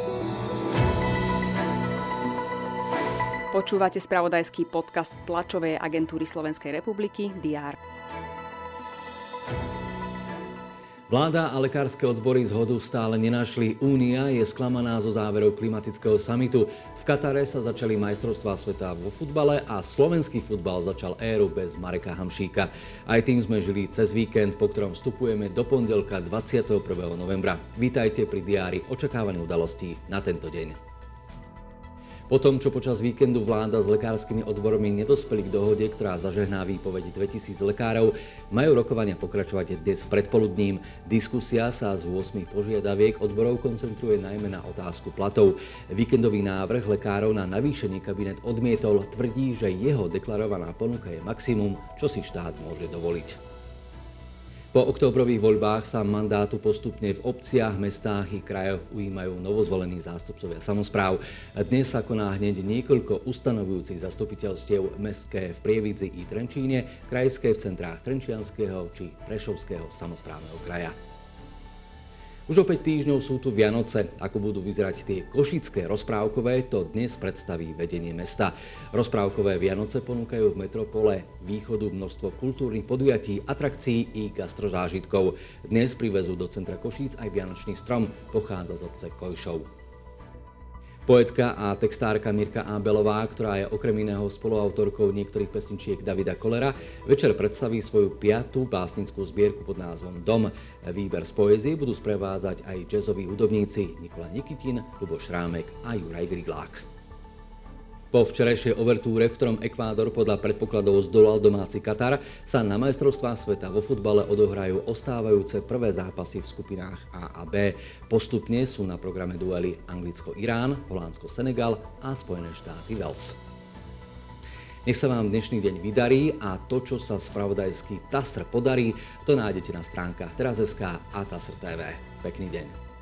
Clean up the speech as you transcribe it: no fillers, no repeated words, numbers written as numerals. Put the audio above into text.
Počúvate spravodajský podcast tlačovej agentúry Slovenskej republiky DR. Vláda a lekárske odbory zhodu stále nenašli. Únia je sklamaná zo záverov klimatického samitu. V Katare sa začali majstrovstvá sveta vo futbale a slovenský futbal začal éru bez Mareka Hamšíka. Aj tým sme žili cez víkend, po ktorom vstupujeme do pondelka 21. novembra. Vítajte pri diári očakávaných udalostí na tento deň. Po tom, čo počas víkendu vláda s lekárskymi odbormi nedospeli k dohode, ktorá zažehná výpoveď 2000 lekárov, majú rokovania pokračovať dnes predpoludním. Diskusia sa z 8 požiadaviek odborov koncentruje najmä na otázku platov. Víkendový návrh lekárov na navýšenie kabinet odmietol, tvrdí, že jeho deklarovaná ponuka je maximum, čo si štát môže dovoliť. Po októbrových voľbách sa mandátu postupne v obciach, mestách i krajoch ujímajú novozvolení zástupcovia samospráv. Dnes sa koná hneď niekoľko ustanovujúcich zastupiteľstiev, mestské v Prievidzi i Trenčíne, krajské v centrách Trenčianskeho či Prešovského samosprávneho kraja. Už o 5 týždňov sú tu Vianoce. Ako budú vyzerať tie košické rozprávkové, to dnes predstaví vedenie mesta. Rozprávkové Vianoce ponúkajú v metropole východu množstvo kultúrnych podujatí, atrakcií i gastrozážitkov. Dnes privezú do centra Košíc aj vianočný strom, pochádza z obce Kojšov. Poetka a textárka Mirka Ábelová, ktorá je okrem iného spoluautorkou niektorých pesničiek Davida Kollera, večer predstaví svoju 5. básnickú zbierku pod názvom Dom. Výber z poézie budú sprevádzať aj jazzoví hudobníci Nikola Nikitin, Ľuboš Šrámek a Juraj Griglák. Po včerajšej overtúre, v ktorom Ekvádor podľa predpokladov zdolal domáci Katar, sa na majstrovstvá sveta vo futbale odohrajú ostávajúce prvé zápasy v skupinách A a B. Postupne sú na programe duely Anglicko-Irán, Holandsko-Senegal a Spojené štáty Wales. Nech sa vám dnešný deň vydarí a to, čo sa spravodajský TASR podarí, to nájdete na stránkach teraz.sk a TASR TV. Pekný deň.